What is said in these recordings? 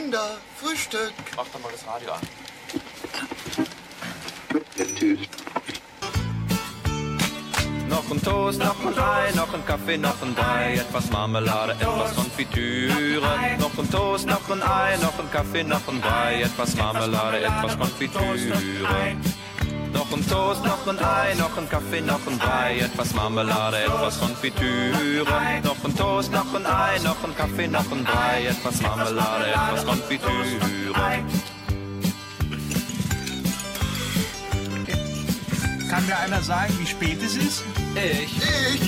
Kinder, Frühstück. Mach doch mal das Radio an. Noch ein Toast, noch ein Ei, noch ein Kaffee, noch ein Brei, etwas Marmelade, etwas Konfitüre. Noch ein Toast, noch ein Ei, noch ein Kaffee, noch ein Brei, etwas Marmelade, etwas Konfitüre. Noch ein Toast, noch ein Ei, noch ein Kaffee, noch ein Brei, etwas Marmelade, etwas Konfitüre. Noch ein Toast, noch ein Ei, noch ein Kaffee, noch ein Brei, etwas Marmelade, etwas Konfitüre. Kann mir einer sagen, wie spät es ist? Ich.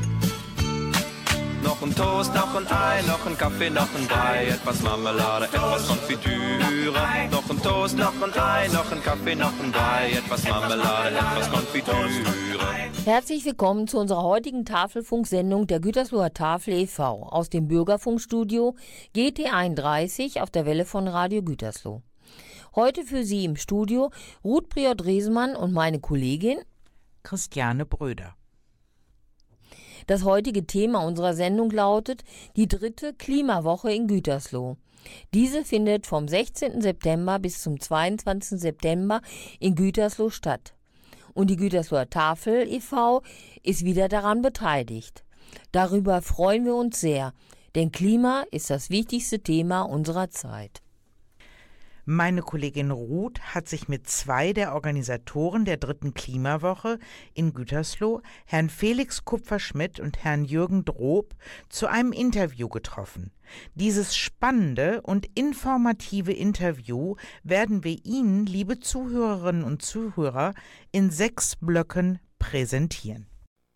Noch ein Toast, noch ein Ei, noch ein Kaffee, noch ein Brei, etwas Marmelade, etwas Konfitüre. Noch ein Toast, noch ein Ei, noch ein Kaffee, noch ein Brei, etwas Marmelade, etwas Konfitüre. Herzlich willkommen zu unserer heutigen Tafelfunksendung der Gütersloher Tafel e.V. aus dem Bürgerfunkstudio GT31 auf der Welle von Radio Gütersloh. Heute für Sie im Studio Ruth Priot-Resemann und meine Kollegin Christiane Bröder. Das heutige Thema unserer Sendung lautet die 3. Klimawoche in Gütersloh. Diese findet vom 16. September bis zum 22. September in Gütersloh statt. Und die Gütersloher Tafel e.V. ist wieder daran beteiligt. Darüber freuen wir uns sehr, denn Klima ist das wichtigste Thema unserer Zeit. Meine Kollegin Ruth hat sich mit 2 der Organisatoren der 3. Klimawoche in Gütersloh, Herrn Felix Kupferschmidt und Herrn Jürgen Drob, zu einem Interview getroffen. Dieses spannende und informative Interview werden wir Ihnen, liebe Zuhörerinnen und Zuhörer, in 6 Blöcken präsentieren.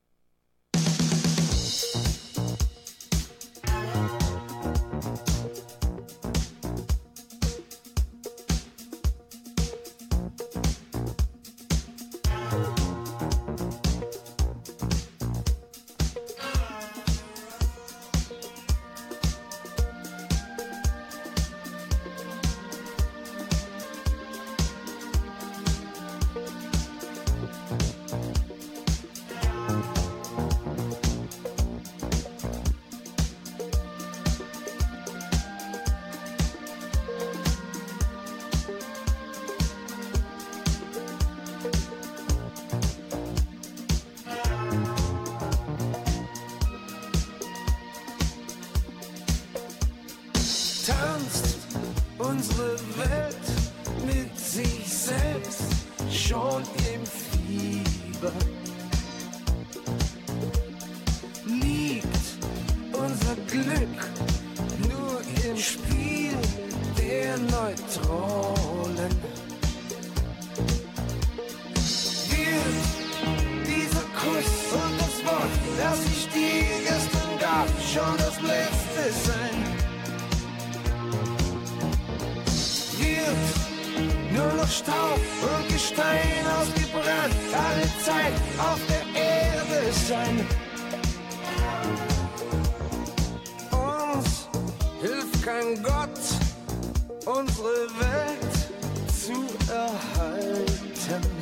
Tanzt unsere Welt mit sich selbst schon im Fieber. Liegt unser Glück nur im Spiel der Neutronen? Wird dieser Kuss und das Wort, das ich dir gestern gab, schon das letzte sein? Nur noch Staub und Gestein ausgebrannt, alle Zeit auf der Erde sein. Uns hilft kein Gott, unsere Welt zu erhalten.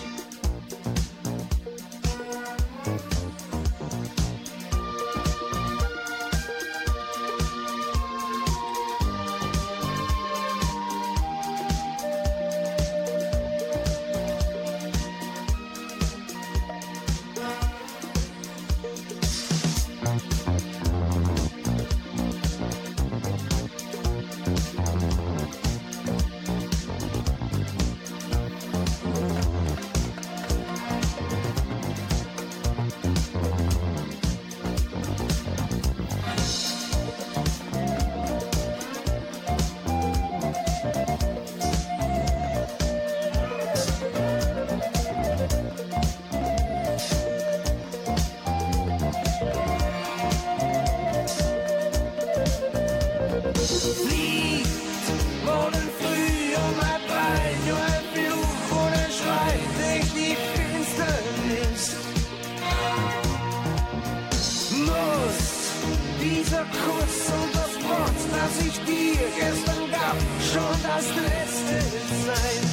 Dieser Kuss und das Wort, das ich dir gestern gab, schon das letzte sein.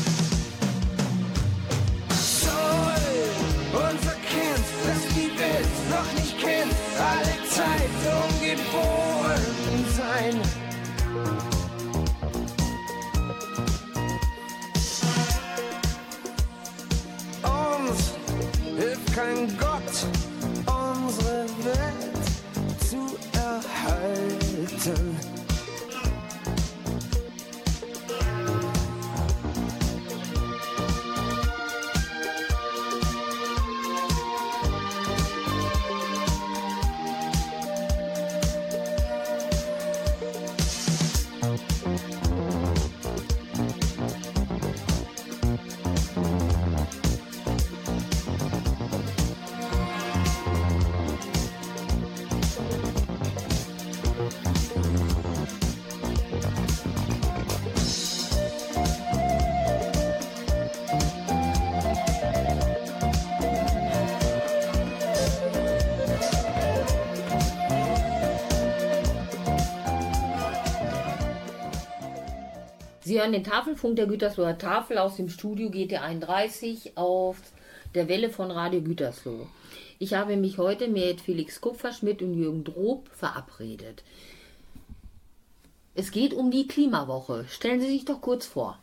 Soll unser Kind, das die Welt noch nicht kennt, alle Zeit ungeboren sein. Garten. Sie hören den Tafelfunk der Gütersloher Tafel aus dem Studio GT31 auf der Welle von Radio Gütersloh. Ich habe mich heute mit Felix Kupferschmidt und Jürgen Drob verabredet. Es geht um die Klimawoche. Stellen Sie sich doch kurz vor.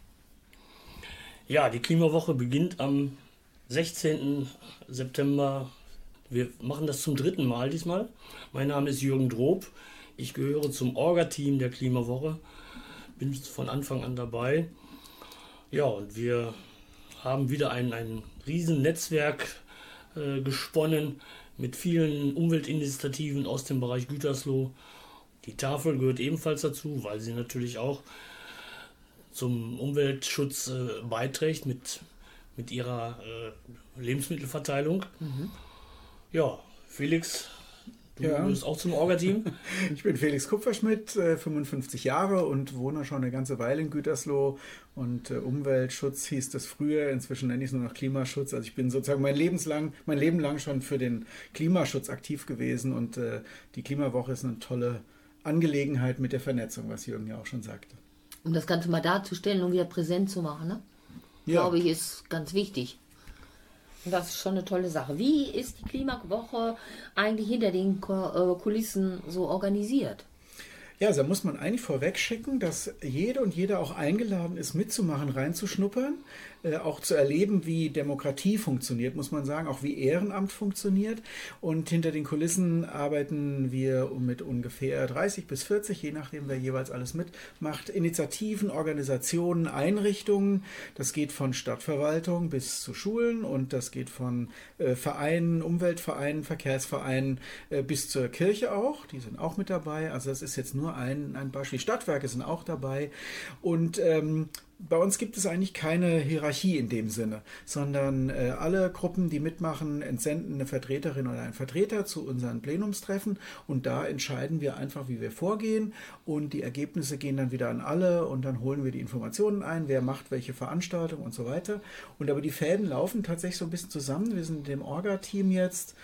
Ja, die Klimawoche beginnt am 16. September. Wir machen das zum 3. Mal diesmal. Mein Name ist Jürgen Drob. Ich gehöre zum Orga-Team der Klimawoche. Bin von Anfang an dabei. Ja, und wir haben wieder ein riesen Netzwerk gesponnen mit vielen Umweltinitiativen aus dem Bereich Gütersloh. Die Tafel gehört ebenfalls dazu, weil sie natürlich auch zum Umweltschutz beiträgt mit ihrer Lebensmittelverteilung. Mhm. Ja, Felix, du gehörst auch zum Orga-Team. Ich bin Felix Kupferschmidt, 55 Jahre und wohne schon eine ganze Weile in Gütersloh. Und Umweltschutz hieß das früher, inzwischen nenne ich es nur noch Klimaschutz. Also ich bin sozusagen mein Leben lang schon für den Klimaschutz aktiv gewesen. Und die Klimawoche ist eine tolle Angelegenheit mit der Vernetzung, was Jürgen ja auch schon sagte. Um das Ganze mal darzustellen und wieder präsent zu machen, ne? Ja. Glaube ich, ist ganz wichtig. Und das ist schon eine tolle Sache. Wie ist die Klimawoche eigentlich hinter den Kulissen so organisiert? Ja, also da muss man eigentlich vorweg schicken, dass jede und jeder auch eingeladen ist, mitzumachen, reinzuschnuppern, auch zu erleben, wie Demokratie funktioniert, muss man sagen, auch wie Ehrenamt funktioniert. Und hinter den Kulissen arbeiten wir mit ungefähr 30 bis 40, je nachdem, wer jeweils alles mitmacht, Initiativen, Organisationen, Einrichtungen. Das geht von Stadtverwaltung bis zu Schulen und das geht von Vereinen, Umweltvereinen, Verkehrsvereinen bis zur Kirche auch. Die sind auch mit dabei. Also das ist jetzt nur ein Beispiel. Stadtwerke sind auch dabei. Und bei uns gibt es eigentlich keine Hierarchie in dem Sinne, sondern alle Gruppen, die mitmachen, entsenden eine Vertreterin oder einen Vertreter zu unseren Plenumstreffen und da entscheiden wir einfach, wie wir vorgehen und die Ergebnisse gehen dann wieder an alle und dann holen wir die Informationen ein, wer macht welche Veranstaltung und so weiter. Und aber die Fäden laufen tatsächlich so ein bisschen zusammen. Wir sind in dem Orga-Team jetzt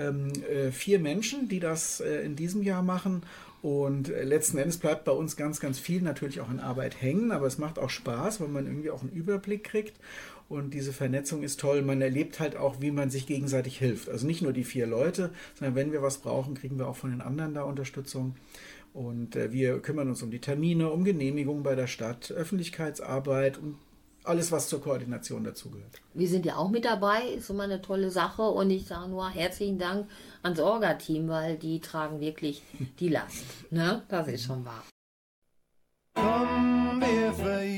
4 Menschen, die das in diesem Jahr machen. Und letzten Endes bleibt bei uns ganz, ganz viel natürlich auch in Arbeit hängen, aber es macht auch Spaß, weil man irgendwie auch einen Überblick kriegt und diese Vernetzung ist toll. Man erlebt halt auch, wie man sich gegenseitig hilft. Also nicht nur die 4 Leute, sondern wenn wir was brauchen, kriegen wir auch von den anderen da Unterstützung. Und wir kümmern uns um die Termine, um Genehmigungen bei der Stadt, Öffentlichkeitsarbeit und alles, was zur Koordination dazugehört. Wir sind ja auch mit dabei, ist immer eine tolle Sache und ich sage nur herzlichen Dank ans Orga-Team, weil die tragen wirklich die Last. Ne? Das ist schon wahr. Komm, wir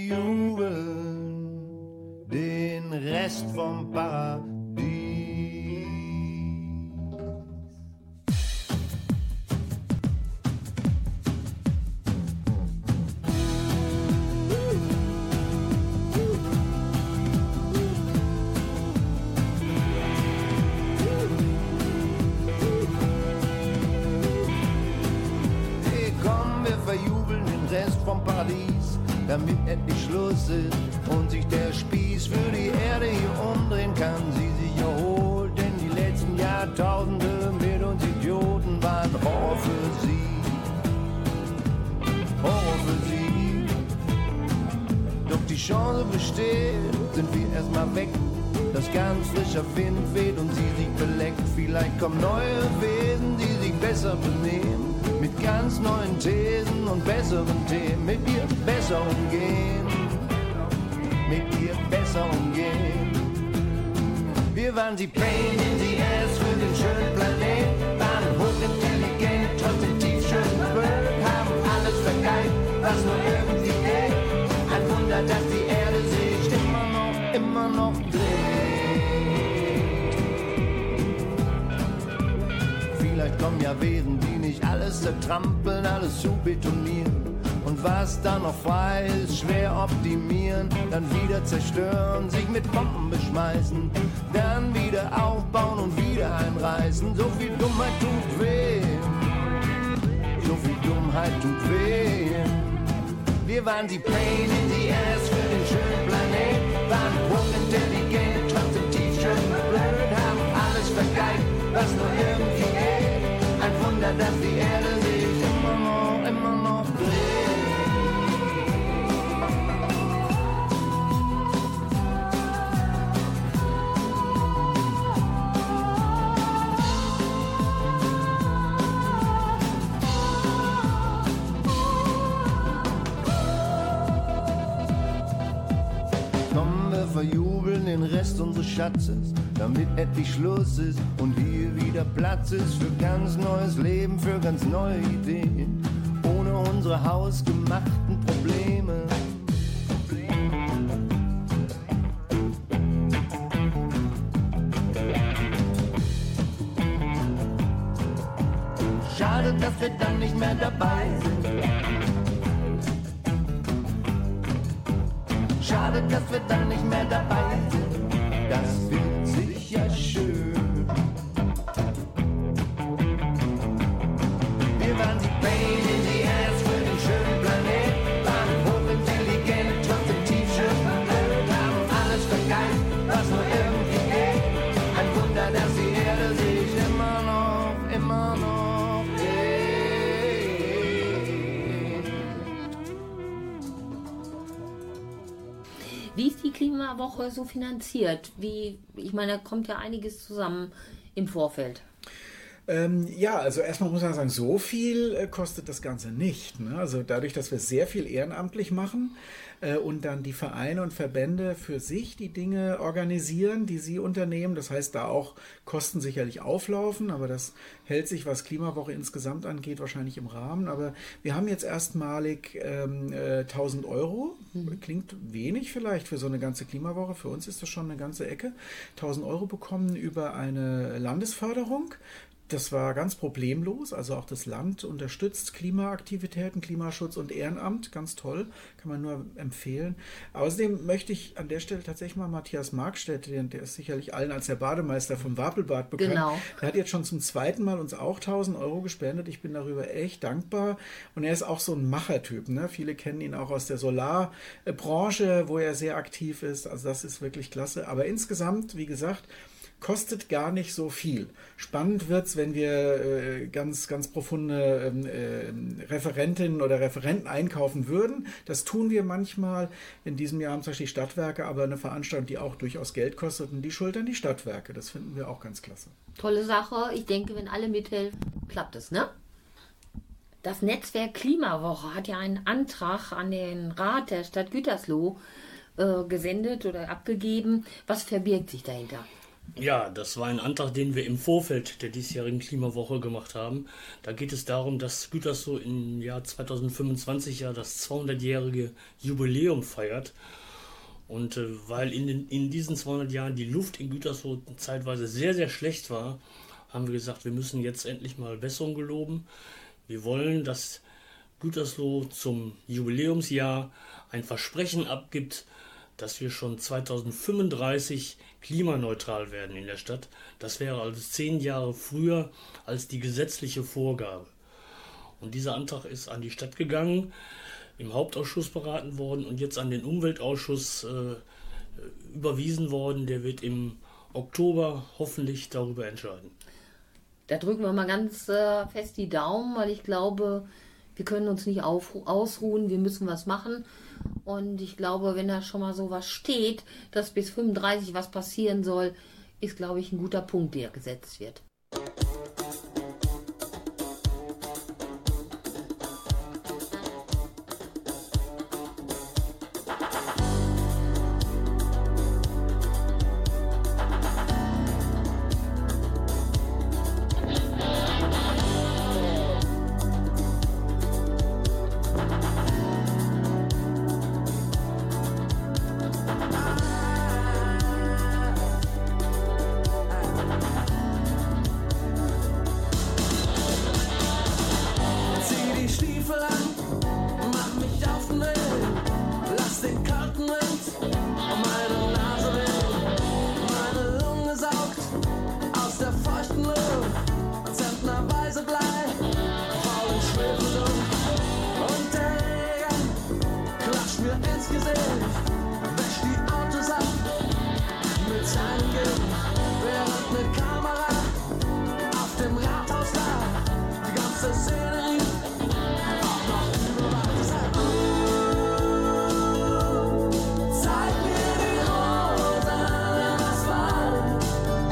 verjubeln den Rest vom Paradies. Vom Paradies, damit endlich Schluss ist und sich der Spieß für die Erde hier umdrehen kann. Sie sich erholt, denn die letzten Jahrtausende mit uns Idioten waren Horror für sie. Horror für sie. Doch die Chance besteht, sind wir erstmal weg. Das ganz frischer Wind weht und sie sich beleckt. Vielleicht kommen neue Wesen, die sich besser benehmen. Mit ganz neuen Thesen und besseren Themen. Mit ihr besser umgehen. Mit ihr besser umgehen. Wir waren die Pain in the Ass für den schönen Planet. Waren hochintelligent, trotzdem tief schön blöd. Haben was nur irgendwie geht. Ein Wunder, dass die Erde sich immer noch dreht. Vielleicht kommen ja Wesen, die nicht alles zertrampeln, alles zu betonieren. Und was dann noch frei ist, schwer optimieren, dann wieder zerstören, sich mit Bomben beschmeißen, dann wieder aufbauen und wieder einreißen. So viel Dummheit tut weh, so viel Dummheit tut weh. Wir waren die Pain in the Ass für den schönen Planet, waren hochintelligent, trotzdem tief schön blöd, haben alles vergeigt, was nur irgendwie geht. Ein Wunder, dass die Erde sich immer noch dreht. Verjubeln den Rest unseres Schatzes, damit endlich Schluss ist und hier wieder Platz ist für ganz neues Leben, für ganz neue Ideen, ohne unsere hausgemachten Probleme. Schade, dass wir dann nicht mehr dabei sind. Schade, dass wir dann nicht mehr dabei sind. Das wird sicher schön. Wir waren die Pain in the Ass für den schönen Planet, waren hochintelligent, trotzdem tief schön blöd, haben alles vergeigt, was nur irgendwie geht. Ein Wunder, dass die Erde sich immer noch Wie ist die Klimawoche so finanziert? Ich meine, da kommt ja einiges zusammen im Vorfeld. Ja, also erstmal muss man sagen, so viel kostet das Ganze nicht. Ne? Also dadurch, dass wir sehr viel ehrenamtlich machen und dann die Vereine und Verbände für sich die Dinge organisieren, die sie unternehmen. Das heißt, da auch Kosten sicherlich auflaufen, aber das hält sich, was Klimawoche insgesamt angeht, wahrscheinlich im Rahmen. Aber wir haben jetzt erstmalig 1.000 Euro. Klingt wenig vielleicht für so eine ganze Klimawoche. Für uns ist das schon eine ganze Ecke. 1.000 Euro bekommen über eine Landesförderung. Das war ganz problemlos, also auch das Land unterstützt Klimaaktivitäten, Klimaschutz und Ehrenamt, ganz toll, kann man nur empfehlen. Außerdem möchte ich an der Stelle tatsächlich mal Matthias Markstedt, der ist sicherlich allen als der Bademeister vom Wapelbad bekannt, genau. Der hat jetzt schon zum zweiten Mal uns auch 1.000 Euro gespendet, ich bin darüber echt dankbar und er ist auch so ein Machertyp, ne? Viele kennen ihn auch aus der Solarbranche, wo er sehr aktiv ist, also das ist wirklich klasse, aber insgesamt, wie gesagt, kostet gar nicht so viel. Spannend wird's, wenn wir ganz profunde Referentinnen oder Referenten einkaufen würden. Das tun wir manchmal. In diesem Jahr haben zum Beispiel die Stadtwerke aber eine Veranstaltung, die auch durchaus Geld kostet und die schultern die Stadtwerke. Das finden wir auch ganz klasse. Tolle Sache. Ich denke, wenn alle mithelfen, klappt es, ne? Das Netzwerk Klimawoche hat ja einen Antrag an den Rat der Stadt Gütersloh gesendet oder abgegeben. Was verbirgt sich dahinter? Ja, das war ein Antrag, den wir im Vorfeld der diesjährigen Klimawoche gemacht haben. Da geht es darum, dass Gütersloh im Jahr 2025 ja das 200-jährige Jubiläum feiert. Und weil in diesen 200 Jahren die Luft in Gütersloh zeitweise sehr, sehr schlecht war, haben wir gesagt, wir müssen jetzt endlich mal Besserung geloben. Wir wollen, dass Gütersloh zum Jubiläumsjahr ein Versprechen abgibt, dass wir schon 2035 klimaneutral werden in der Stadt. Das wäre also 10 Jahre früher als die gesetzliche Vorgabe. Und dieser Antrag ist an die Stadt gegangen, im Hauptausschuss beraten worden und jetzt an den Umweltausschuss überwiesen worden. Der wird im Oktober hoffentlich darüber entscheiden. Da drücken wir mal ganz fest die Daumen, weil ich glaube, wir können uns nicht ausruhen, wir müssen was machen. Und ich glaube, wenn da schon mal sowas steht, dass bis 35 was passieren soll, ist, glaube ich, ein guter Punkt, der gesetzt wird. sich, wäscht die Autos ab mit seinem Geld, während eine Kamera auf dem Rathaus lag, die ganze Szenerie auch noch überwacht. Sagt, zeig mir die roten Asphalt.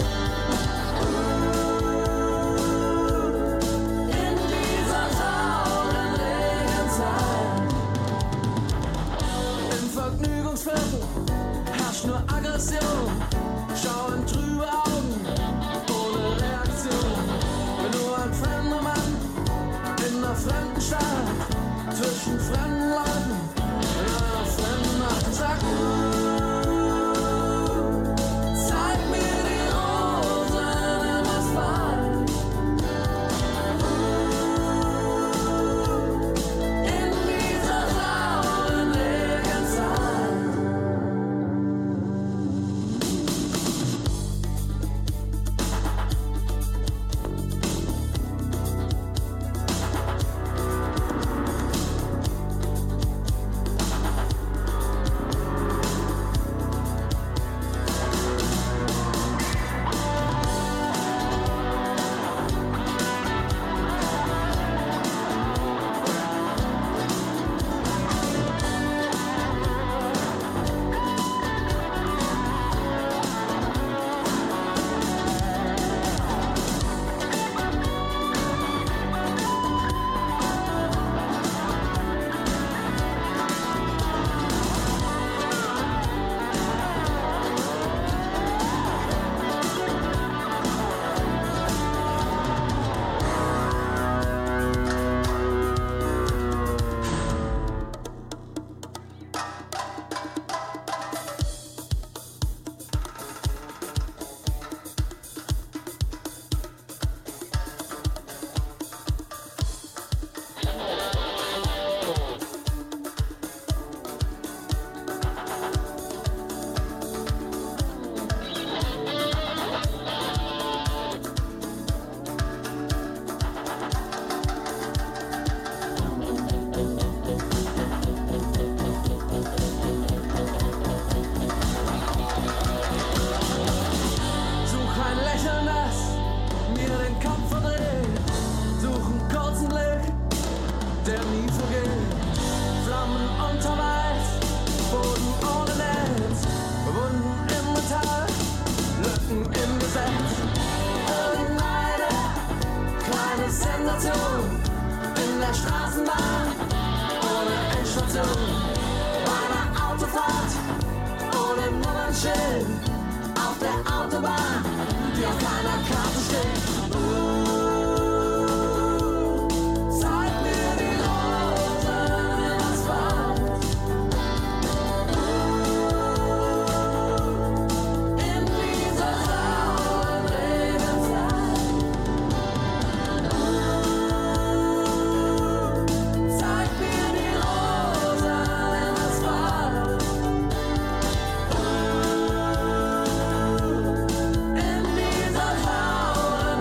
In dieser sauren Regenzeit. Im Vergnügungsviertel herrscht nur Aggression. Schauen trübe Augen ohne Reaktion. Wenn nur ein fremder Mann in einer fremden Stadt zwischen fremden Leuten in einer fremden Nacht sagt, zeig mir die Rosen im Asphalt. In dieser sauren Regenzeit. Such ein Lächeln, das mir den Kopf verdreht. Such einen kurzen Blick, der nie vergeht. Flammen unter Weiß, Boden ohne Netz. Wunden im Metall, Lücken im Gesetz. Irgendeine kleine Sensation in der Straßenbahn ohne Endstation. Bei einer Autofahrt ohne Nummernschild. Auf der Autobahn, die auf keiner Karte steht. Zeig mir die Rosen im Asphalt. In dieser sauren Regenzeit. Zeig mir die Rosen im Asphalt. In dieser sauren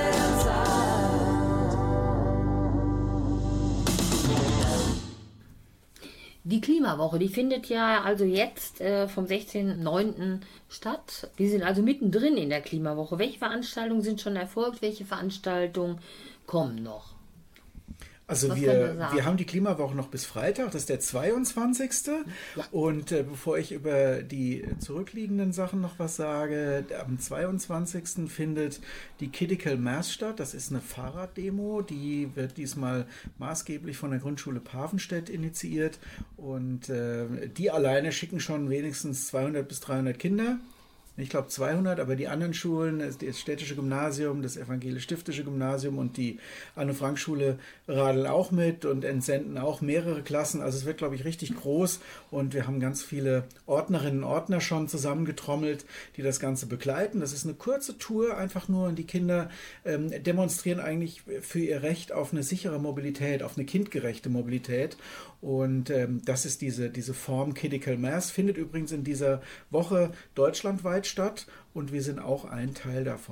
Regenzeit. Die Klimawoche, die findet ja also jetzt vom 16.09. statt. Wir sind also mittendrin in der Klimawoche. Welche Veranstaltungen sind schon erfolgt? Welche Veranstaltungen kommen noch? Also Was können wir wir sagen? haben die Klimawoche noch bis Freitag, das ist der 22. Und bevor ich über die zurückliegenden Sachen noch was sage, am 22. findet die Critical Mass statt. Das ist eine Fahrraddemo, die wird diesmal maßgeblich von der Grundschule Pavenstedt initiiert. Und die alleine schicken schon wenigstens 200 bis 300 Kinder. Ich glaube 200, aber die anderen Schulen, das städtische Gymnasium, das evangelisch-stiftische Gymnasium und die Anne-Frank-Schule radeln auch mit und entsenden auch mehrere Klassen. Also es wird, glaube ich, richtig groß und wir haben ganz viele Ordnerinnen und Ordner schon zusammengetrommelt, die das Ganze begleiten. Das ist eine kurze Tour, einfach nur, und die Kinder demonstrieren eigentlich für ihr Recht auf eine sichere Mobilität, auf eine kindgerechte Mobilität. Und das ist diese Form Critical Mass, findet übrigens in dieser Woche deutschlandweit statt und wir sind auch ein Teil davon.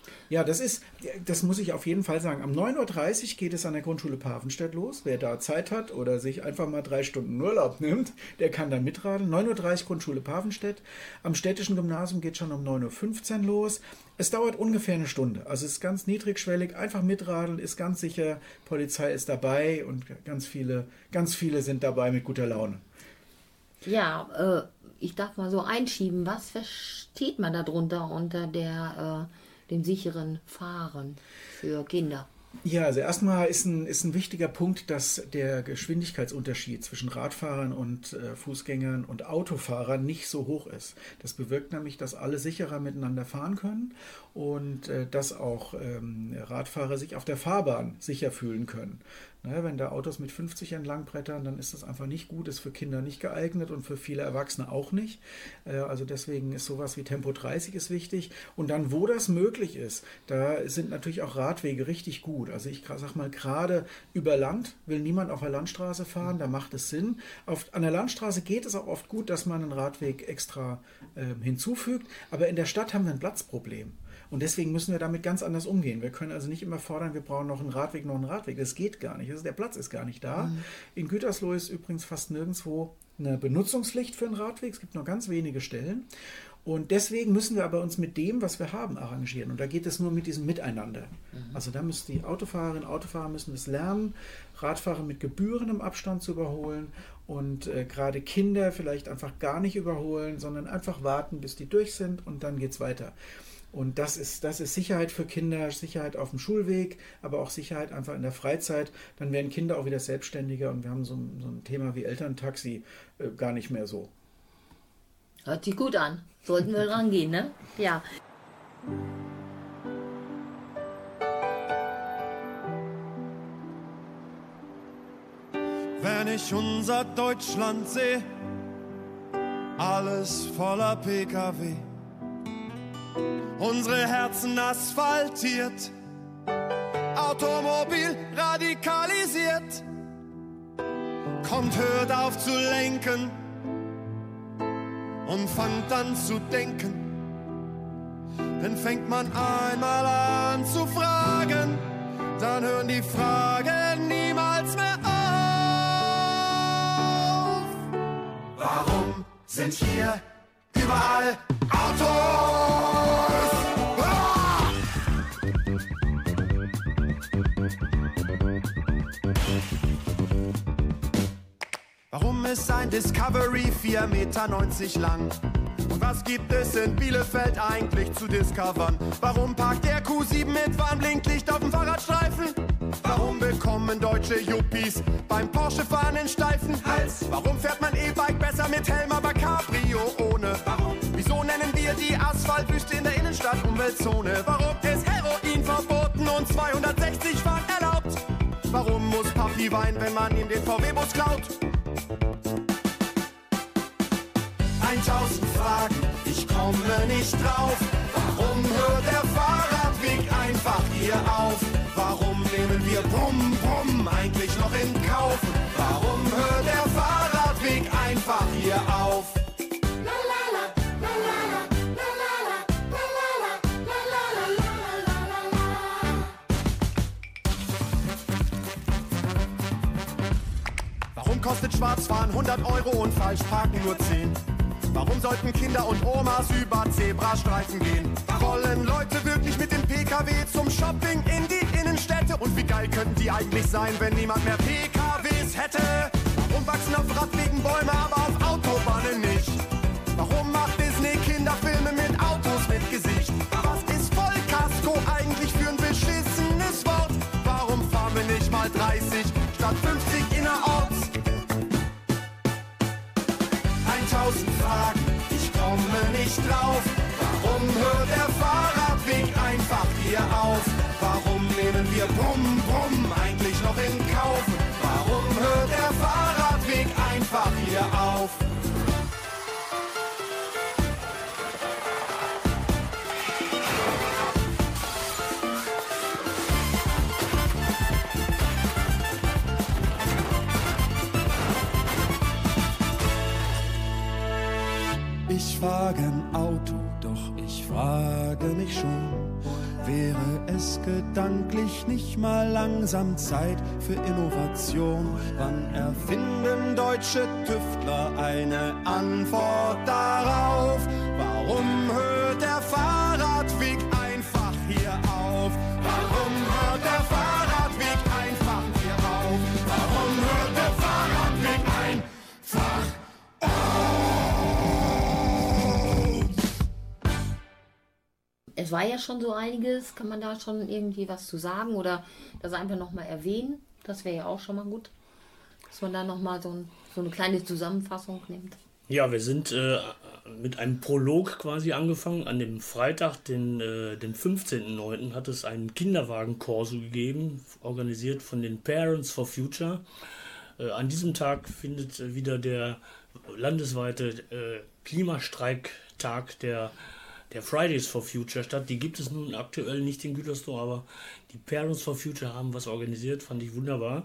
Ja, das muss ich auf jeden Fall sagen. Am 9.30 Uhr geht es an der Grundschule Pavenstedt los. Wer da Zeit hat oder sich einfach mal 3 Stunden Urlaub nimmt, der kann dann mitradeln. 9.30 Uhr Grundschule Pavenstedt. Am städtischen Gymnasium geht schon um 9.15 Uhr los. Es dauert ungefähr eine Stunde. Also es ist ganz niedrigschwellig. Einfach mitradeln, ist ganz sicher. Polizei ist dabei und ganz viele sind dabei mit guter Laune. Ja, ich darf mal so einschieben. Was versteht man darunter unter dem sicheren Fahren für Kinder? Ja, also erstmal ist ein wichtiger Punkt, dass der Geschwindigkeitsunterschied zwischen Radfahrern und Fußgängern und Autofahrern nicht so hoch ist. Das bewirkt nämlich, dass alle sicherer miteinander fahren können und dass auch Radfahrer sich auf der Fahrbahn sicher fühlen können. Naja, wenn da Autos mit 50 entlangbrettern, dann ist das einfach nicht gut, ist für Kinder nicht geeignet und für viele Erwachsene auch nicht. Also deswegen ist sowas wie Tempo 30 ist wichtig. Und dann, wo das möglich ist, da sind natürlich auch Radwege richtig gut. Also ich sag mal, gerade über Land will niemand auf der Landstraße fahren, da macht es Sinn. An der Landstraße geht es auch oft gut, dass man einen Radweg extra hinzufügt, aber in der Stadt haben wir ein Platzproblem. Und deswegen müssen wir damit ganz anders umgehen. Wir können also nicht immer fordern, wir brauchen noch einen Radweg. Das geht gar nicht. Also der Platz ist gar nicht da. In Gütersloh ist übrigens fast nirgendwo eine Benutzungspflicht für einen Radweg. Es gibt nur ganz wenige Stellen. Und deswegen müssen wir aber uns mit dem, was wir haben, arrangieren. Und da geht es nur mit diesem Miteinander. Also da müssen die Autofahrerinnen und Autofahrer müssen es lernen, Radfahrer mit gebührendem Abstand zu überholen und gerade Kinder vielleicht einfach gar nicht überholen, sondern einfach warten, bis die durch sind und dann geht's weiter. Und das ist Sicherheit für Kinder, Sicherheit auf dem Schulweg, aber auch Sicherheit einfach in der Freizeit. Dann werden Kinder auch wieder selbstständiger und wir haben so ein Thema wie Elterntaxi gar nicht mehr so. Hört sich gut an. Sollten wir rangehen, ne? Ja. Wenn ich unser Deutschland sehe, alles voller PKW. Unsere Herzen asphaltiert, Automobil radikalisiert. Kommt, hört auf zu lenken und fangt an zu denken. Denn fängt man einmal an zu fragen, dann hören die Fragen niemals mehr auf. Warum sind hier überall Autos? Warum ist ein Discovery 4,90 Meter lang? Und was gibt es in Bielefeld eigentlich zu discovern? Warum parkt der Q7 mit Warnblinklicht auf dem Fahrradstreifen? Warum bekommen deutsche Yuppies beim Porsche-Fahren einen steifen Hals? Warum fährt man E-Bike besser mit Helm, aber Cabrio ohne? Warum? Wieso nennen wir die Asphaltwüste in der Innenstadt Umweltzone? Warum ist Heroin verboten und 260 fahren erlaubt? Warum muss Papi weinen, wenn man ihm den VW-Bus klaut? 1000 Fragen, ich komme nicht drauf. Warum hört der Fahrradweg einfach hier auf? Warum nehmen wir Brumm, Brumm eigentlich noch in Kauf? Warum hört der Fahrradweg einfach hier auf? Warum kostet Schwarzfahren 100 € und Falschparken nur 10? Warum sollten Kinder und Omas über Zebrastreifen gehen? Wollen Leute wirklich mit dem PKW zum Shopping in die Innenstädte? Und wie geil könnten die eigentlich sein, wenn niemand mehr PKWs hätte? Warum wachsen auf Radwegen Bäume, aber auf Autobahnen nicht? Warum macht Disney Kinderfilme mit Autos mit Gesicht? Was ist Vollkasko eigentlich für ein beschissenes Wort? Warum fahren wir nicht mal 30 statt 50 innerorts? 1000 Fragen, ich komme nicht drauf. Warum hört der Fahrradweg einfach hier auf? Warum nehmen wir Brumm, Brumm eigentlich noch in Kauf? Warum hört der Fahrradweg einfach hier auf? Ich fahr gern Auto, doch ich frage mich schon, wäre es gedanklich nicht mal langsam Zeit für Innovation? Wann erfinden deutsche Tüftler eine Antwort darauf? Warum hört der Fahrradweg einfach hier auf? Warum hört der Fahrradweg einfach hier auf? Warum hört der Fahrradweg einfach Es war ja schon so einiges. Kann man da schon irgendwie was zu sagen oder das einfach nochmal erwähnen? Das wäre ja auch schon mal gut, dass man da nochmal so eine kleine Zusammenfassung nimmt. Ja, wir sind mit einem Prolog quasi angefangen. An dem Freitag, den 15.09. hat es einen Kinderwagen-Korso gegeben, organisiert von den Parents for Future. An diesem Tag findet wieder der landesweite Klimastreiktag der Fridays for Future statt. Die gibt es nun aktuell nicht in Gütersloh, aber die Parents for Future haben was organisiert, fand ich wunderbar.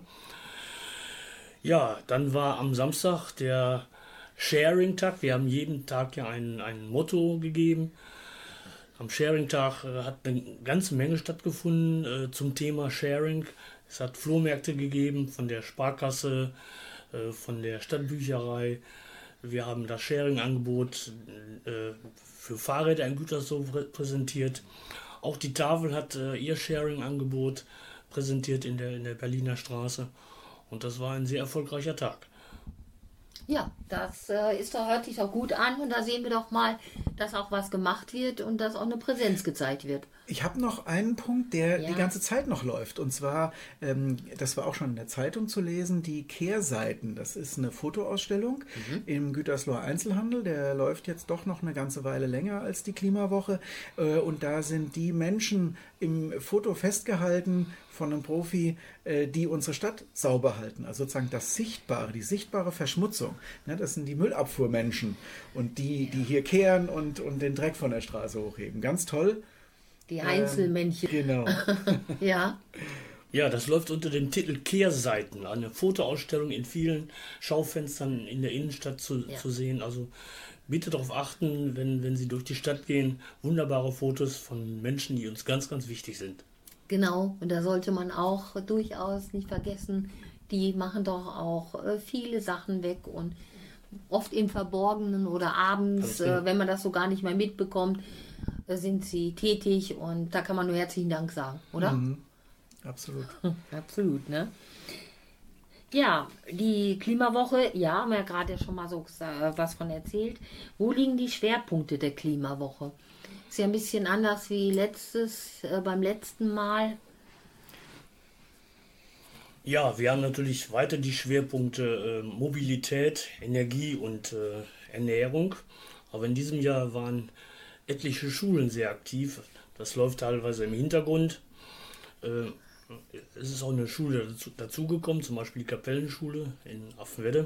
Ja, dann war am Samstag der Sharing-Tag. Wir haben jeden Tag ja ein Motto gegeben. Am Sharing-Tag hat eine ganze Menge stattgefunden zum Thema Sharing. Es hat Flohmärkte gegeben von der Sparkasse, von der Stadtbücherei. Wir haben das Sharing-Angebot für Fahrräder in Gütersloh präsentiert. Auch die Tafel hat ihr Sharing-Angebot präsentiert in der Berliner Straße. Und das war ein sehr erfolgreicher Tag. Ja, das hört sich doch gut an und da sehen wir doch mal, dass auch was gemacht wird und dass auch eine Präsenz gezeigt wird. Ich habe noch einen Punkt, der die ganze Zeit noch läuft. Und zwar, das war auch schon in der Zeitung zu lesen, die Kehrseiten. Das ist eine Fotoausstellung im Gütersloher Einzelhandel. Der läuft jetzt doch noch eine ganze Weile länger als die Klimawoche. Und da sind die Menschen im Foto festgehalten von einem Profi, die unsere Stadt sauber halten. Also sozusagen das Sichtbare, die sichtbare Verschmutzung. Ja, das sind die Müllabfuhrmenschen und die hier kehren und den Dreck von der Straße hochheben. Ganz toll. Die Einzelmännchen. Genau. Ja. Ja, das läuft unter dem Titel Kehrseiten. Eine Fotoausstellung in vielen Schaufenstern in der Innenstadt zu sehen. Also bitte darauf achten, wenn Sie durch die Stadt gehen. Wunderbare Fotos von Menschen, die uns ganz, ganz wichtig sind. Genau, und da sollte man auch durchaus nicht vergessen, die machen doch auch viele Sachen weg und oft im Verborgenen oder abends, wenn man das so gar nicht mehr mitbekommt, sind sie tätig und da kann man nur herzlichen Dank sagen, oder? Mhm. Absolut. Absolut, ne? Ja, die Klimawoche, ja, haben wir ja gerade schon mal so was von erzählt. Wo liegen die Schwerpunkte der Klimawoche? Ist ja ein bisschen anders wie beim letzten Mal. Ja, wir haben natürlich weiter die Schwerpunkte Mobilität, Energie und Ernährung. Aber in diesem Jahr waren etliche Schulen sehr aktiv. Das läuft teilweise im Hintergrund. Es ist auch eine Schule dazugekommen, zum Beispiel die Kapellenschule in Affenwedde.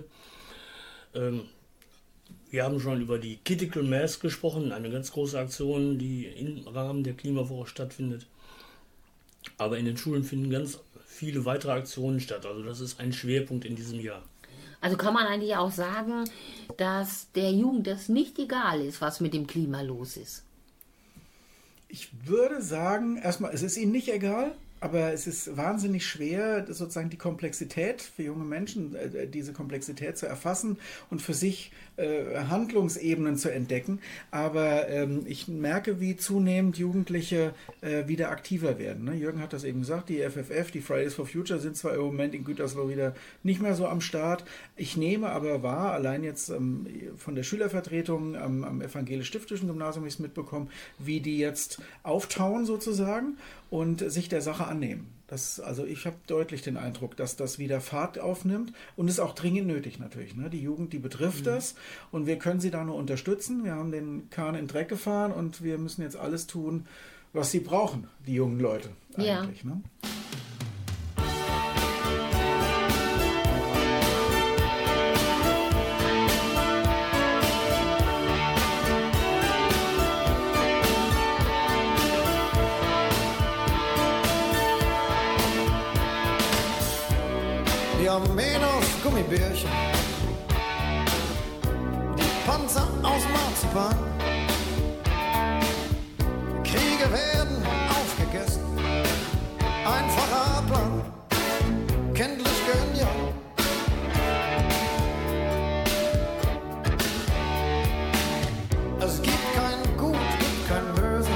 Wir haben schon über die Critical Mass gesprochen, eine ganz große Aktion, die im Rahmen der Klimawoche stattfindet. Aber in den Schulen finden ganz viele weitere Aktionen statt. Also das ist ein Schwerpunkt in diesem Jahr. Also kann man eigentlich auch sagen, dass der Jugend das nicht egal ist, was mit dem Klima los ist. Ich würde sagen, erstmal, es ist ihnen nicht egal, aber es ist wahnsinnig schwer, sozusagen die Komplexität für junge Menschen, diese Komplexität zu erfassen und für sich Handlungsebenen zu entdecken. Aber ich merke, wie zunehmend Jugendliche wieder aktiver werden. Ne? Jürgen hat das eben gesagt, die FFF, die Fridays for Future, sind zwar im Moment in Gütersloh wieder nicht mehr so am Start. Ich nehme aber wahr, allein jetzt von der Schülervertretung am Evangelisch-Stiftischen Gymnasium habe ich es mitbekommen, wie die jetzt auftauen sozusagen und sich der Sache annehmen. Also ich habe deutlich den Eindruck, dass das wieder Fahrt aufnimmt und ist auch dringend nötig natürlich. Ne? Die Jugend, die betrifft das und wir können sie da nur unterstützen. Wir haben den Kahn in den Dreck gefahren und wir müssen jetzt alles tun, was sie brauchen, die jungen Leute eigentlich. Ja. Ne? Menos Gummibärchen. Die Panzer aus Marzipan. Kriege werden aufgegessen. Einfacher Plan, kenntlich genial. Es gibt kein Gut, gibt kein Böse.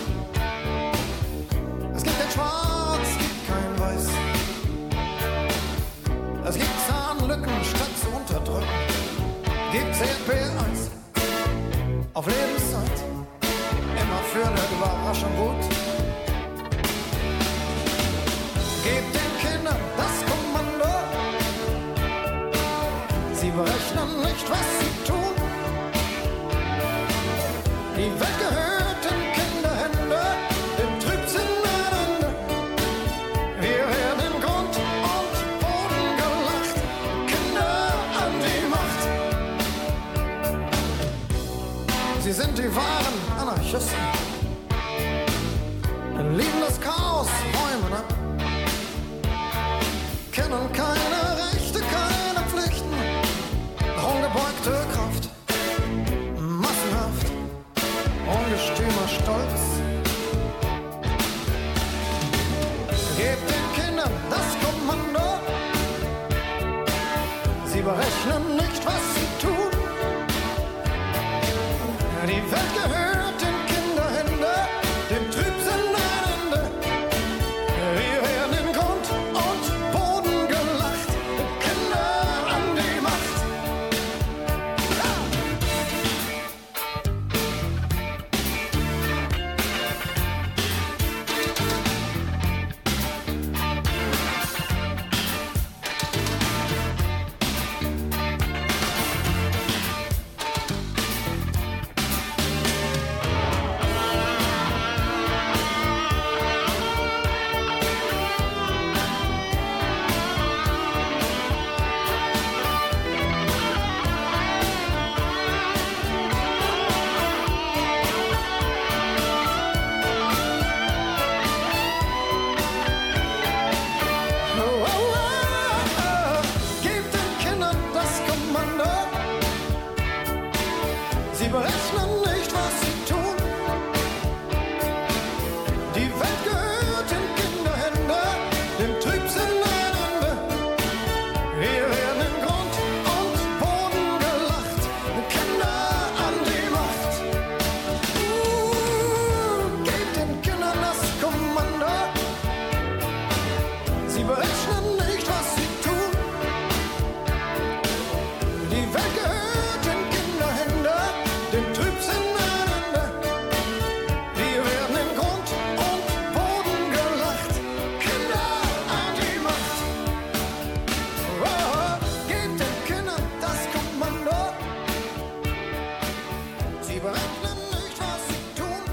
Es gibt kein Schwarz, gibt kein Weiß. Es gibt Zahnlücken statt zu unterdrücken. Gibt Erdbeereis auf Lebenszeit. Immer für eine Überraschung gut. Gebt den Kindern das Kommando. Sie berechnen nicht, was sie tun. Die Welt gehört in Kinderhände, dem Trübsinn ein Ende. Wir werden in Grund und Boden gelacht, Kinder an die Macht. Sie sind die wahren Anarchisten, lieben das Chaos, räumen ab, kennen keine Rechte, keine Pflichten, ungebeugte Kraft, massenhaft. Ungestümer Stolz. Gebt den Kindern das Kommando. Sie berechnen nicht, was sie tun. Die Welt gehört in Kinderhände, dem Trübsinn ein Ende. Wir werden in Grund und Boden gelacht, Kinder an die Macht. Sie berechnen nicht, was sie tun. Die Welt gehört in Kinderhände, dem Trübsinn ein Ende. Wir werden in Grund und Boden gelacht, Kinder an die Macht. Gebt den Kindern das Kommando. Sie berechnen nicht, was sie tun. Die Welt gehört in Kinderhände, dem Trübsinn ein Ende. Wir werden in Grund und Boden gelacht, Kinder an die Macht. Gebt den Kindern das Kommando. Sie berechnen nicht, was sie tun.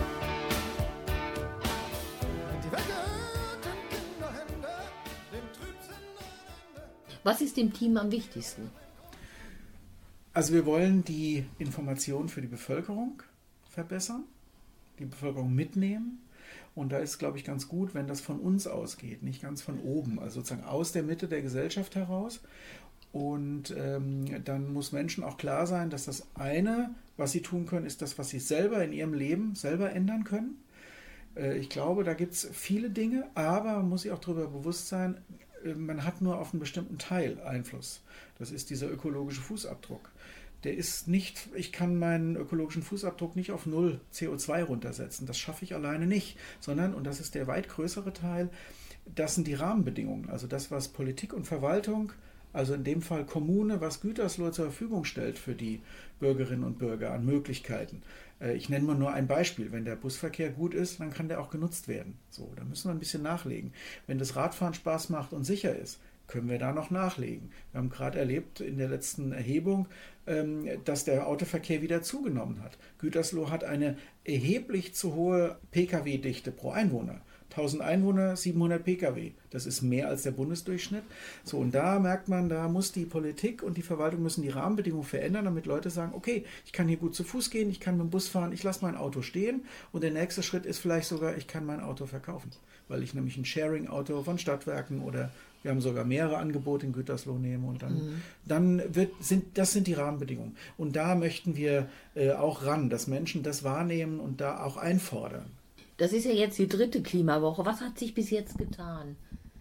Die Welt gehört in Kinderhände, dem Trübsinn ein Ende. Was ist dem Team am wichtigsten? Also wir wollen die Information für die Bevölkerung verbessern, die Bevölkerung mitnehmen. Und da ist, glaube ich, ganz gut, wenn das von uns ausgeht, nicht ganz von oben, also sozusagen aus der Mitte der Gesellschaft heraus. Und dann muss Menschen auch klar sein, dass das eine, was sie tun können, ist das, was sie selber in ihrem Leben selber ändern können. Ich glaube, da gibt es viele Dinge, aber man muss sich auch darüber bewusst sein, man hat nur auf einen bestimmten Teil Einfluss. Das ist dieser ökologische Fußabdruck. Der ist nicht, ich kann meinen ökologischen Fußabdruck nicht auf 0 CO2 runtersetzen. Das schaffe ich alleine nicht, sondern, und das ist der weit größere Teil, das sind die Rahmenbedingungen. Also das, was Politik und Verwaltung, also in dem Fall Kommune, was Gütersloh zur Verfügung stellt für die Bürgerinnen und Bürger an Möglichkeiten. Ich nenne mal nur ein Beispiel. Wenn der Busverkehr gut ist, dann kann der auch genutzt werden. So, da müssen wir ein bisschen nachlegen. Wenn das Radfahren Spaß macht und sicher ist, können wir da noch nachlegen. Wir haben gerade erlebt in der letzten Erhebung, dass der Autoverkehr wieder zugenommen hat. Gütersloh hat eine erheblich zu hohe Pkw-Dichte pro Einwohner. 1000 Einwohner, 700 Pkw. Das ist mehr als der Bundesdurchschnitt. So, und da merkt man, da muss die Politik und die Verwaltung müssen die Rahmenbedingungen verändern, damit Leute sagen, okay, ich kann hier gut zu Fuß gehen, ich kann mit dem Bus fahren, ich lasse mein Auto stehen und der nächste Schritt ist vielleicht sogar, ich kann mein Auto verkaufen, weil ich nämlich ein Sharing-Auto von Stadtwerken oder wir haben sogar mehrere Angebote in Gütersloh nehme und dann das sind die Rahmenbedingungen. Und da möchten wir auch ran, dass Menschen das wahrnehmen und da auch einfordern. Das ist ja jetzt die 3. Klimawoche. Was hat sich bis jetzt getan?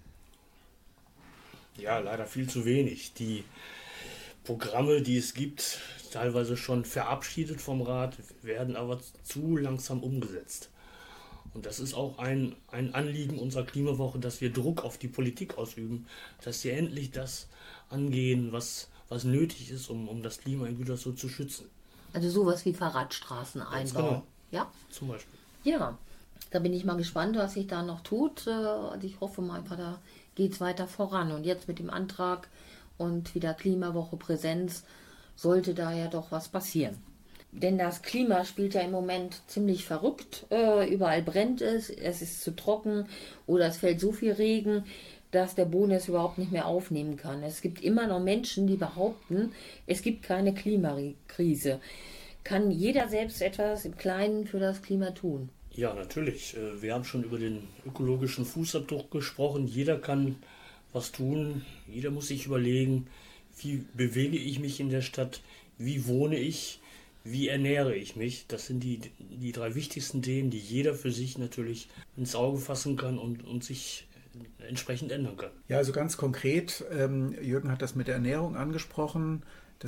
Ja, leider viel zu wenig. Die Programme, die es gibt, teilweise schon verabschiedet vom Rat, werden aber zu langsam umgesetzt. Und das ist auch ein Anliegen unserer Klimawoche, dass wir Druck auf die Politik ausüben, dass sie endlich das angehen, was nötig ist, um das Klima in Gütersloh zu schützen. Also sowas wie Fahrradstraßeneinbau. Genau. Ja? Zum Beispiel. Ja, da bin ich mal gespannt, was sich da noch tut. Also ich hoffe mal einfach, da geht es weiter voran. Und jetzt mit dem Antrag und wieder Klimawoche Präsenz sollte da ja doch was passieren. Denn das Klima spielt ja im Moment ziemlich verrückt. Überall brennt es ist zu trocken oder es fällt so viel Regen, dass der Boden es überhaupt nicht mehr aufnehmen kann. Es gibt immer noch Menschen, die behaupten, es gibt keine Klimakrise. Kann jeder selbst etwas im Kleinen für das Klima tun? Ja, natürlich. Wir haben schon über den ökologischen Fußabdruck gesprochen. Jeder kann was tun. Jeder muss sich überlegen, wie bewege ich mich in der Stadt, wie wohne ich, wie ernähre ich mich. Das sind die 3 wichtigsten Themen, die jeder für sich natürlich ins Auge fassen kann und sich entsprechend ändern kann. Ja, also ganz konkret, Jürgen hat das mit der Ernährung angesprochen.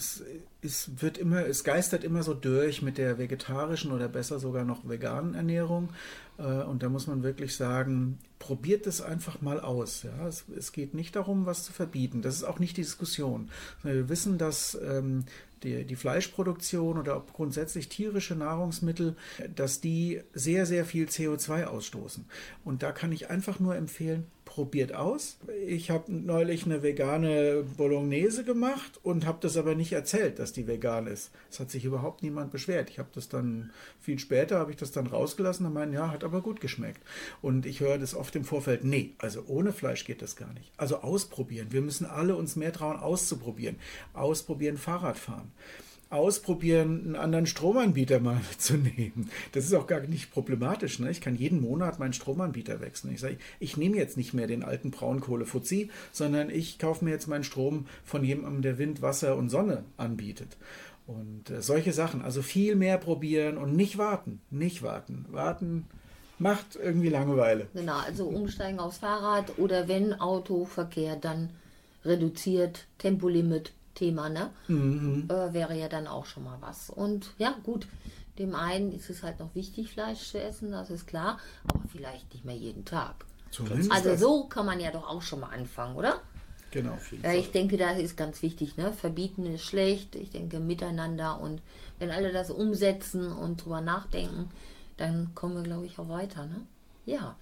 Es geistert immer so durch mit der vegetarischen oder besser sogar noch veganen Ernährung. Und da muss man wirklich sagen, probiert es einfach mal aus. Ja? Es geht nicht darum, was zu verbieten. Das ist auch nicht die Diskussion. Wir wissen, dass die Fleischproduktion oder auch grundsätzlich tierische Nahrungsmittel, dass die sehr, sehr viel CO2 ausstoßen. Und da kann ich einfach nur empfehlen, probiert aus. Ich habe neulich eine vegane Bolognese gemacht und habe das aber nicht erzählt, dass die vegan ist. Es hat sich überhaupt niemand beschwert. Ich habe das dann, viel später habe ich das dann rausgelassen und meinen, ja, hat aber gut geschmeckt. Und ich höre das oft im Vorfeld, nee, also ohne Fleisch geht das gar nicht. Also ausprobieren. Wir müssen alle uns mehr trauen, auszuprobieren. Ausprobieren, Fahrradfahren. Ausprobieren, einen anderen Stromanbieter mal zu nehmen. Das ist auch gar nicht problematisch. Ne? Ich kann jeden Monat meinen Stromanbieter wechseln. Ich sage, ich nehme jetzt nicht mehr den alten Braunkohle-Fuzzi, sondern ich kaufe mir jetzt meinen Strom von jemandem, der Wind, Wasser und Sonne anbietet. Und solche Sachen. Also viel mehr probieren und nicht warten. Nicht warten. Warten macht irgendwie Langeweile. Genau, also umsteigen aufs Fahrrad oder wenn Autoverkehr, dann reduziert, Tempolimit. Thema, ne? Wäre ja dann auch schon mal was. Und ja, gut, dem einen ist es halt noch wichtig, Fleisch zu essen, das ist klar, aber vielleicht nicht mehr jeden Tag. Zumindest also so kann man ja doch auch schon mal anfangen, oder? Genau. Ich denke, das ist ganz wichtig, ne? Verbieten ist schlecht, ich denke miteinander und wenn alle das umsetzen und drüber nachdenken, dann kommen wir, glaube ich, auch weiter, ne? Ja.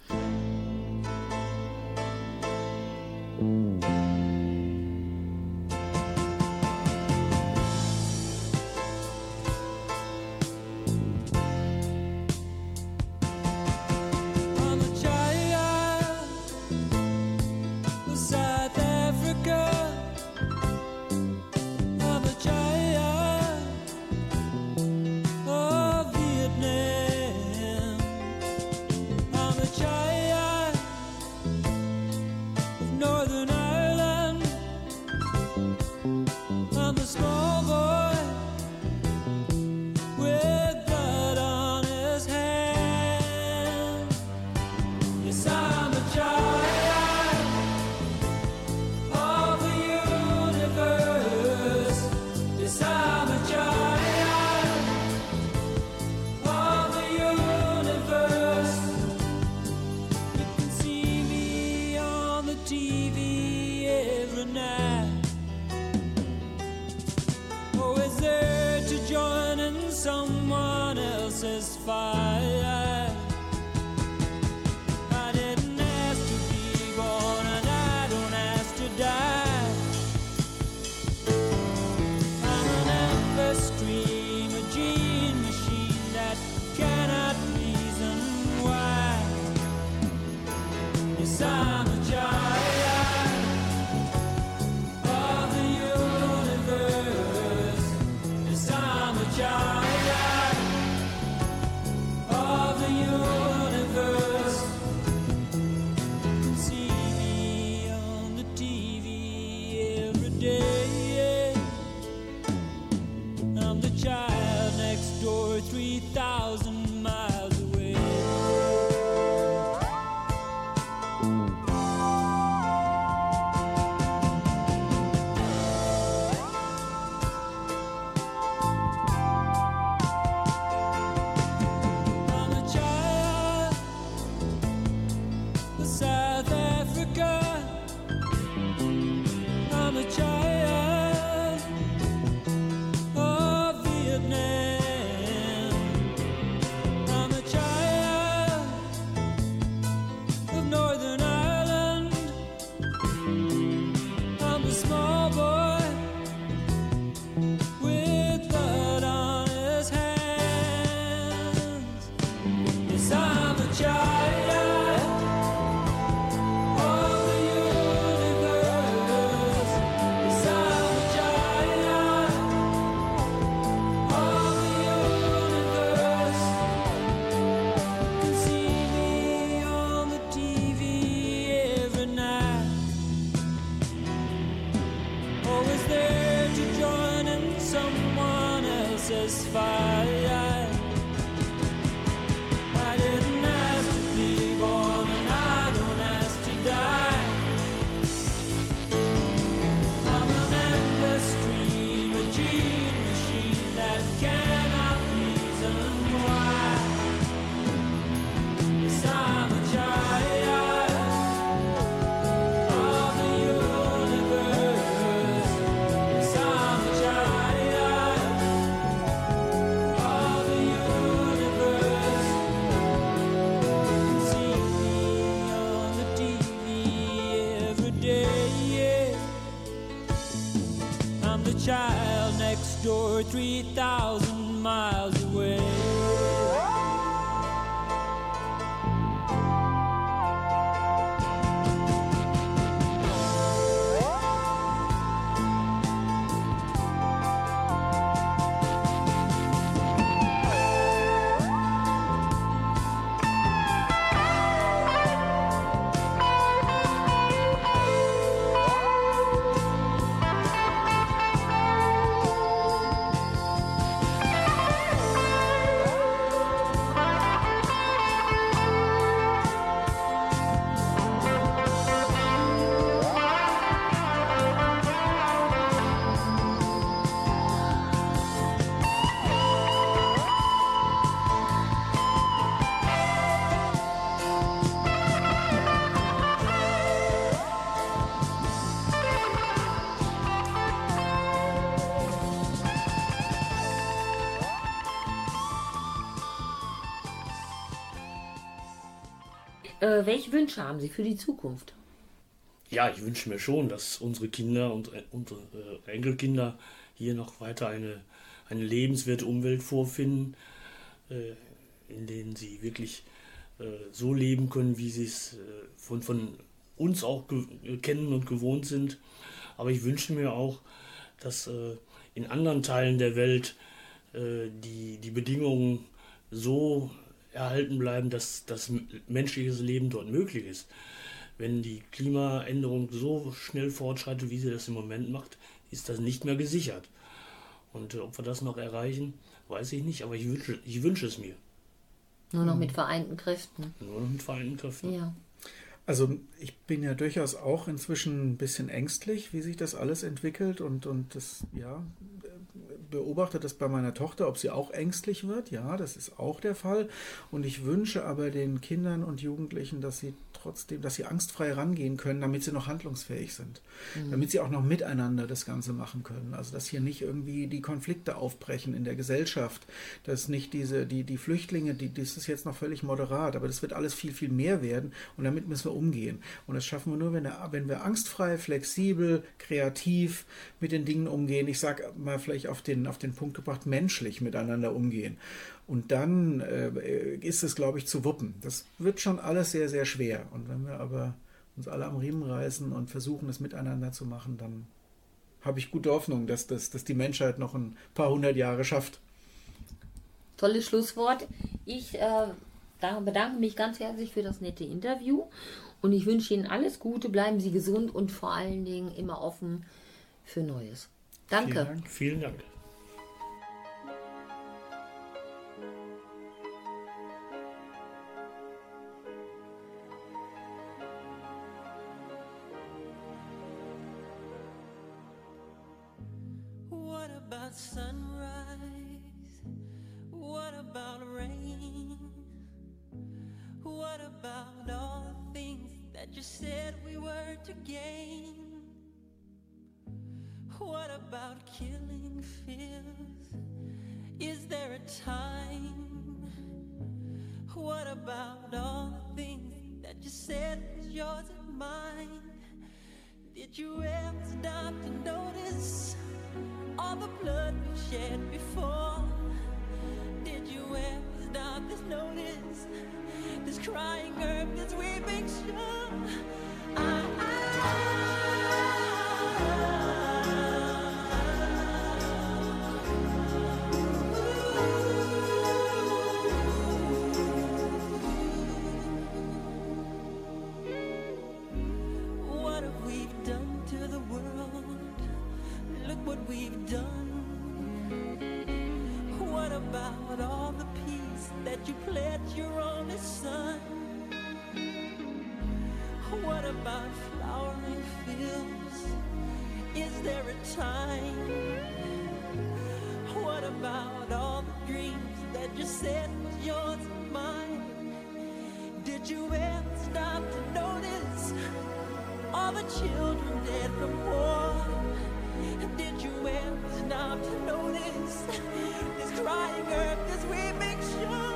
satisfied. I didn't ask to be born and I don't ask to die. I'm an endless stream, a dream machine that cannot reason why. Yes, I'm a child of the universe. Yes, I'm a child of the universe. You see me on the TV every day. I'm the child next door, 3,000 miles away. Welche Wünsche haben Sie für die Zukunft? Ja, ich wünsche mir schon, dass unsere Kinder und unsere Enkelkinder hier noch weiter eine lebenswerte Umwelt vorfinden, in denen sie wirklich so leben können, wie sie es von uns auch kennen und gewohnt sind. Aber ich wünsche mir auch, dass in anderen Teilen der Welt die Bedingungen so erhalten bleiben, dass das menschliches Leben dort möglich ist. Wenn die Klimaänderung so schnell fortschreitet, wie sie das im Moment macht, ist das nicht mehr gesichert. Und ob wir das noch erreichen, weiß ich nicht, aber ich wünsche es mir. Nur noch mit vereinten Kräften. Nur noch mit vereinten Kräften. Ja. Also ich bin ja durchaus auch inzwischen ein bisschen ängstlich, wie sich das alles entwickelt und das, ja, beobachte das bei meiner Tochter, ob sie auch ängstlich wird. Ja, das ist auch der Fall. Und ich wünsche aber den Kindern und Jugendlichen, dass sie angstfrei rangehen können, damit sie noch handlungsfähig sind. Damit sie auch noch miteinander das Ganze machen können. Also, dass hier nicht irgendwie die Konflikte aufbrechen in der Gesellschaft, dass nicht die Flüchtlinge, das ist jetzt noch völlig moderat, aber das wird alles viel, viel mehr werden und damit müssen wir umgehen. Und das schaffen wir nur, wenn wir angstfrei, flexibel, kreativ mit den Dingen umgehen. Ich sage mal vielleicht auf den Punkt gebracht, menschlich miteinander umgehen. Und dann ist es, glaube ich, zu wuppen. Das wird schon alles sehr, sehr schwer. Und wenn wir aber uns alle am Riemen reißen und versuchen, es miteinander zu machen, dann habe ich gute Hoffnung, dass die Menschheit noch ein paar hundert Jahre schafft. Tolles Schlusswort. Ich bedanke mich ganz herzlich für das nette Interview und ich wünsche Ihnen alles Gute, bleiben Sie gesund und vor allen Dingen immer offen für Neues. Danke. Vielen Dank. What about sunrise? What about rain? What about all the things that you said we were to gain? What about killing fears? Is there a time? What about all the things that you said was yours and mine? Did you ever stop to notice all the blood we've shed before? Did you ever stop to notice this crying earth, this weeping shore? What have we done to the world? Look what we've done. you pledge your only son? What about flowering fields? Is there a time? What about all the dreams that you said was yours and mine? Did you ever stop to notice all the children dead from war? Did you ever stop to notice this crying earth as we make sure?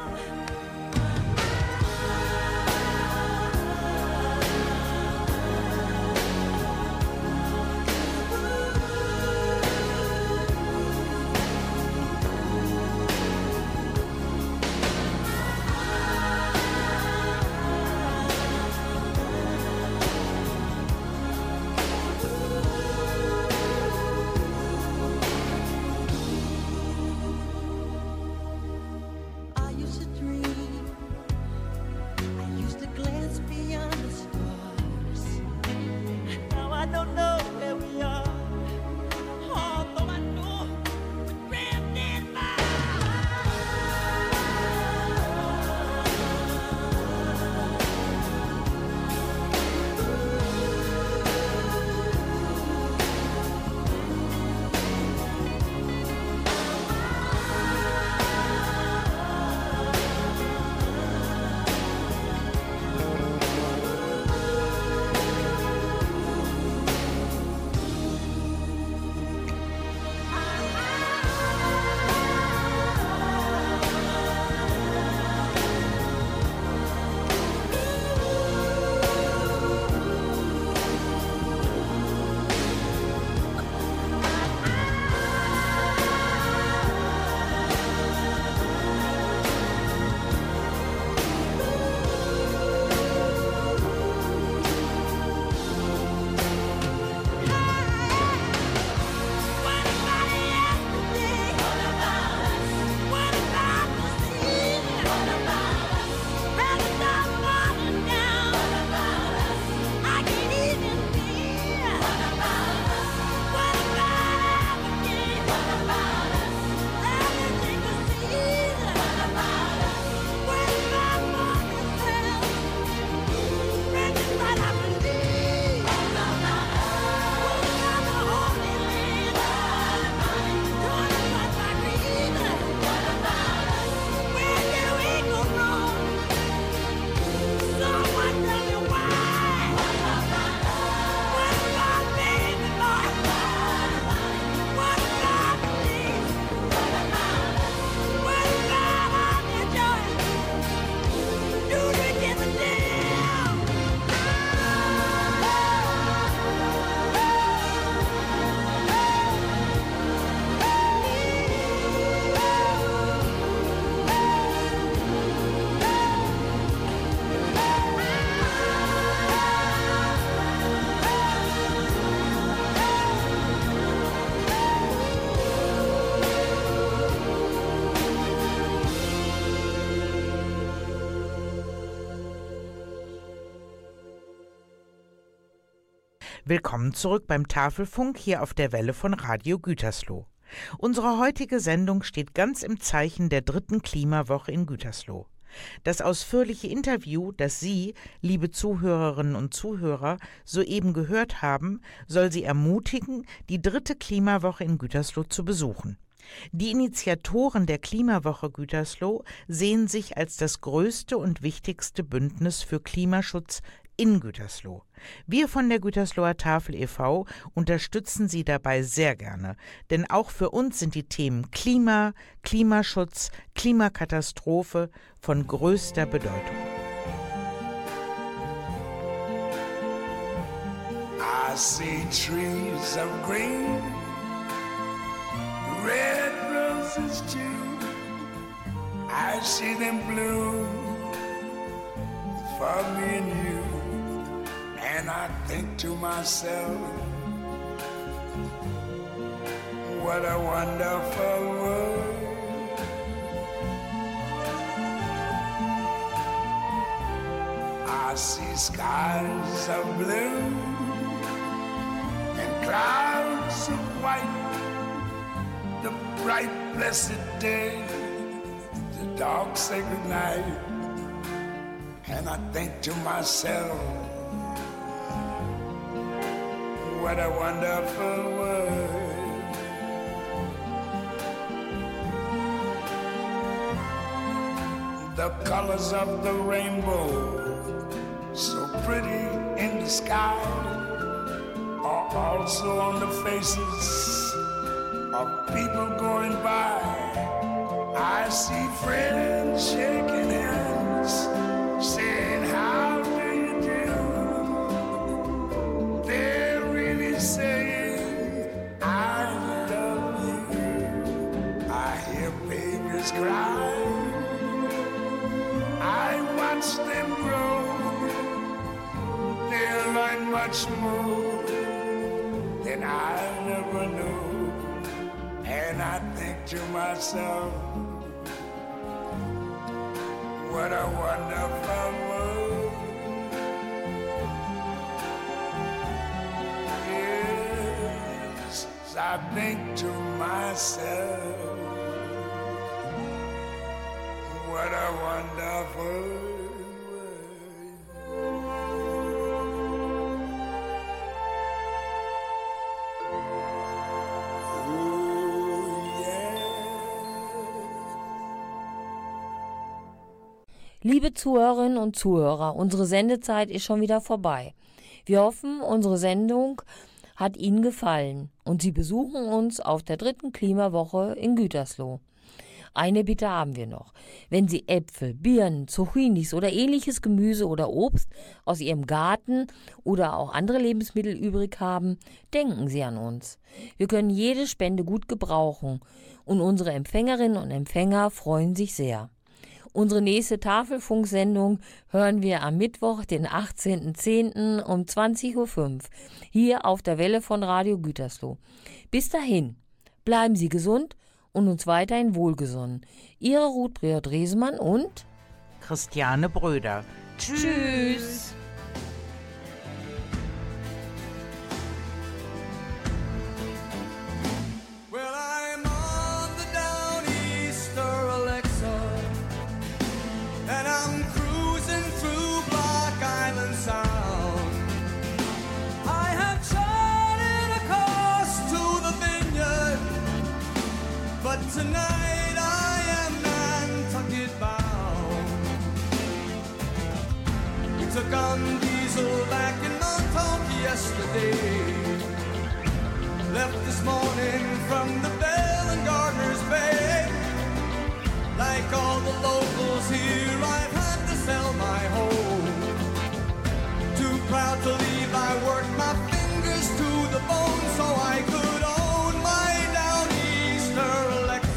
Willkommen zurück beim Tafelfunk hier auf der Welle von Radio Gütersloh. Unsere heutige Sendung steht ganz im Zeichen der 3. Klimawoche in Gütersloh. Das ausführliche Interview, das Sie, liebe Zuhörerinnen und Zuhörer, soeben gehört haben, soll Sie ermutigen, die 3. Klimawoche in Gütersloh zu besuchen. Die Initiatoren der Klimawoche Gütersloh sehen sich als das größte und wichtigste Bündnis für Klimaschutz in Gütersloh. Wir von der Gütersloher Tafel e.V. unterstützen Sie dabei sehr gerne, denn auch für uns sind die Themen Klima, Klimaschutz, Klimakatastrophe von größter Bedeutung. I see trees of green, red roses too. I see them bloom for me and you. And I think to myself, what a wonderful world. I see skies of blue and clouds of white, the bright blessed day, the dogs say goodnight, and I think to myself, what a wonderful world. The colors of the rainbow, so pretty in the sky, are also on the faces of people going by. I see friends shaking hands, saying, how do you do? They're really saying, I love you. I hear babies cry. I watch them grow. They'll learn much more than I never knew. And I think to myself, what a wonderful world. Yes, I think to myself, what a wonderful world. Liebe Zuhörerinnen und Zuhörer, unsere Sendezeit ist schon wieder vorbei. Wir hoffen, unsere Sendung hat Ihnen gefallen und Sie besuchen uns auf der 3. Klimawoche in Gütersloh. Eine Bitte haben wir noch. Wenn Sie Äpfel, Birnen, Zucchinis oder ähnliches Gemüse oder Obst aus Ihrem Garten oder auch andere Lebensmittel übrig haben, denken Sie an uns. Wir können jede Spende gut gebrauchen und unsere Empfängerinnen und Empfänger freuen sich sehr. Unsere nächste Tafelfunksendung hören wir am Mittwoch, den 18.10. um 20.05 Uhr hier auf der Welle von Radio Gütersloh. Bis dahin, bleiben Sie gesund und uns weiterhin wohlgesonnen. Ihre Ruth Breot-Resemann und Christiane Bröder. Tschüss. Tonight I am Nantucket bound. We took on diesel back in Montauk yesterday. Left this morning from the Bell and Gardner's Bay. Like all the locals here, I've had to sell my home. Too proud to leave, I worked my fingers to the bone so I could own my Downeaster.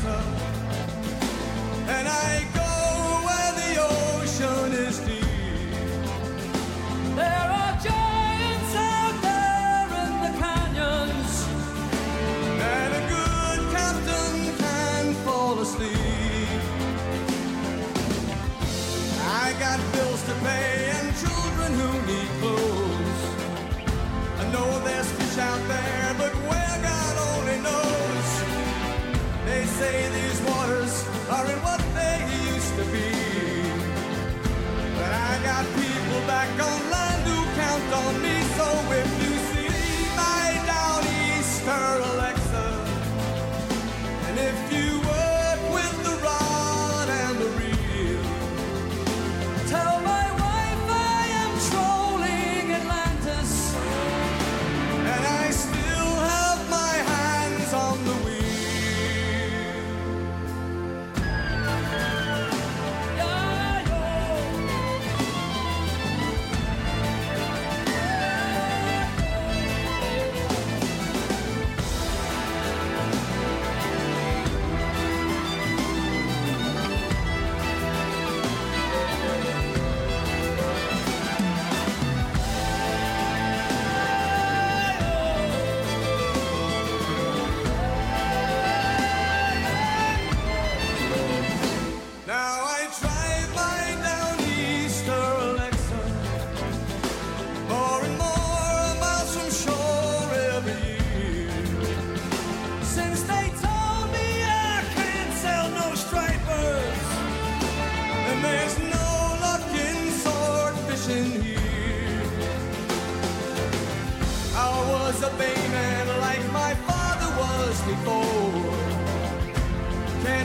And I go where the ocean is deep. There are giants out there in the canyons, and a good captain can fall asleep. I got bills to pay and children who need clothes. I know there's fish out there, but where God only knows. They say these waters are in what they used to be, but I got people back on land who count on me. So if you see my Downeaster Alexa, and if you work with the rod and the reel, tell my wife I am trolling Atlantis, and I still have my hands on the wheel.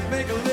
make a